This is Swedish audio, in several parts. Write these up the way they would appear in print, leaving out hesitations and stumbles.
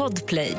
Podplay.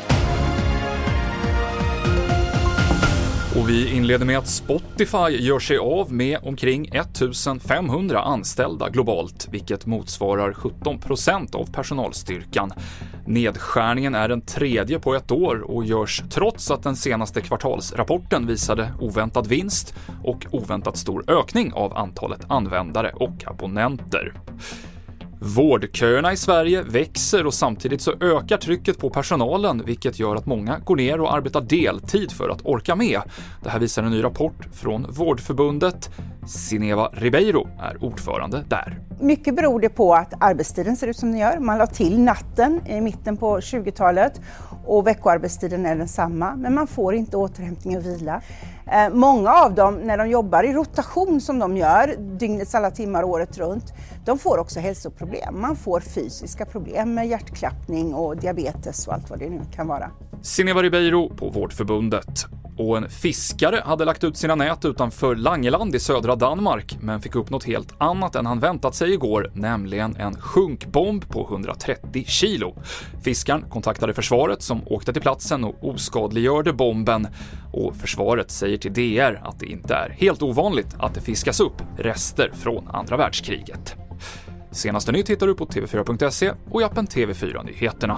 Och vi inleder med att Spotify gör sig av med omkring 1500 anställda globalt, vilket motsvarar 17% av personalstyrkan. Nedskärningen är den tredje på ett år och görs trots att den senaste kvartalsrapporten visade oväntad vinst och oväntat stor ökning av antalet användare och abonnenter. Vårdköerna i Sverige växer och samtidigt så ökar trycket på personalen, vilket gör att många går ner och arbetar deltid för att orka med. Det här visar en ny rapport från Vårdförbundet. Sineva Ribeiro är ordförande där. Mycket beror det på att arbetstiden ser ut som den gör. Man la till natten i mitten på 20-talet och veckoarbetstiden är densamma, men man får inte återhämtning och vila. Många av dem, när de jobbar i rotation som de gör, dygnets alla timmar året runt, de får också hälsoproblem. Man får fysiska problem med hjärtklappning och diabetes och allt vad det nu kan vara. Sineva Ribeiro på Vårdförbundet. Och en fiskare hade lagt ut sina nät utanför Langeland i södra Danmark, men fick upp något helt annat än han väntat sig igår, nämligen en sjunkbomb på 130 kilo. Fiskaren kontaktade försvaret som åkte till platsen och oskadliggjorde bomben. Och försvaret säger till DR att det inte är helt ovanligt att det fiskas upp rester från andra världskriget. Senaste nytt hittar du på tv4.se och i appen TV4 Nyheterna.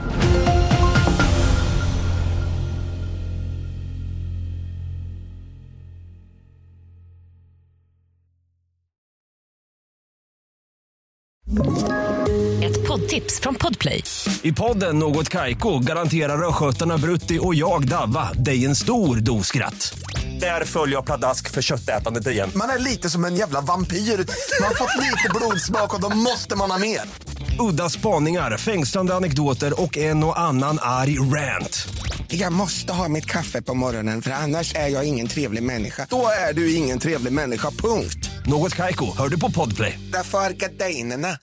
Ett poddtips från Podplay. I podden Något Kaiko garanterar röskötarna Brutti och jag Davva dig en stor doskratt. Där följer jag pladask för köttätandet igen. Man är lite som en jävla vampyr. Man har fått lite blodsmak och då måste man ha mer. Udda spaningar, fängslande anekdoter och en och annan arg rant. Jag måste ha mitt kaffe på morgonen för annars är jag ingen trevlig människa. Då är du ingen trevlig människa, punkt. Något Kaiko, hör du på Podplay. Därför är gardinerna.